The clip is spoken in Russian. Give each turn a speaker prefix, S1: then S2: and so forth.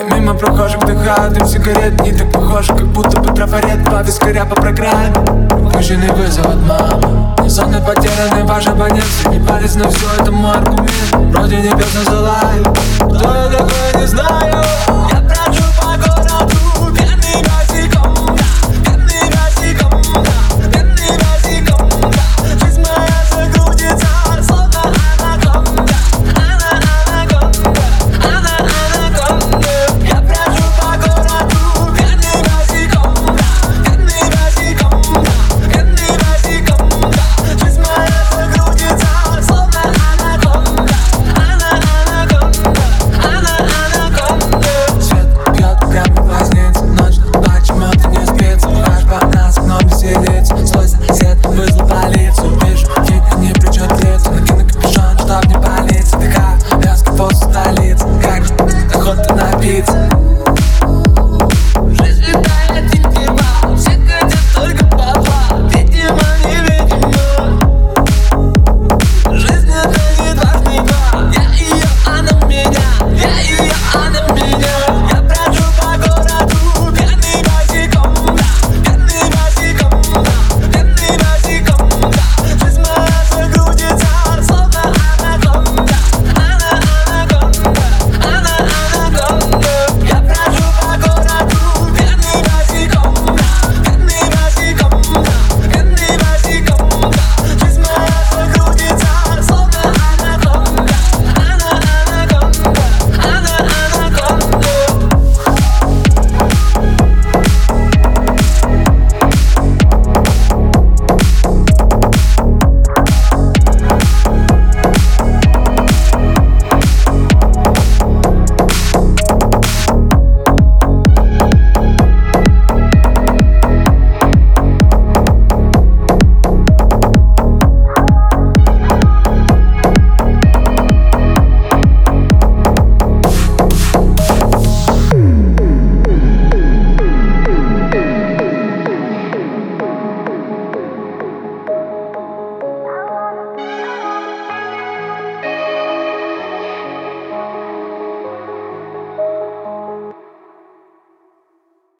S1: Мимо прохожих вдыхаю дым сигарет. Не так похож, как будто бы трафарет. Два вискаря по программе. Мужчины вызовут маму. Незонно потерянный ваш абонент. Не палец на все, это мой аргумент. Вроде небесно залаю. Кто я такой, не знаю.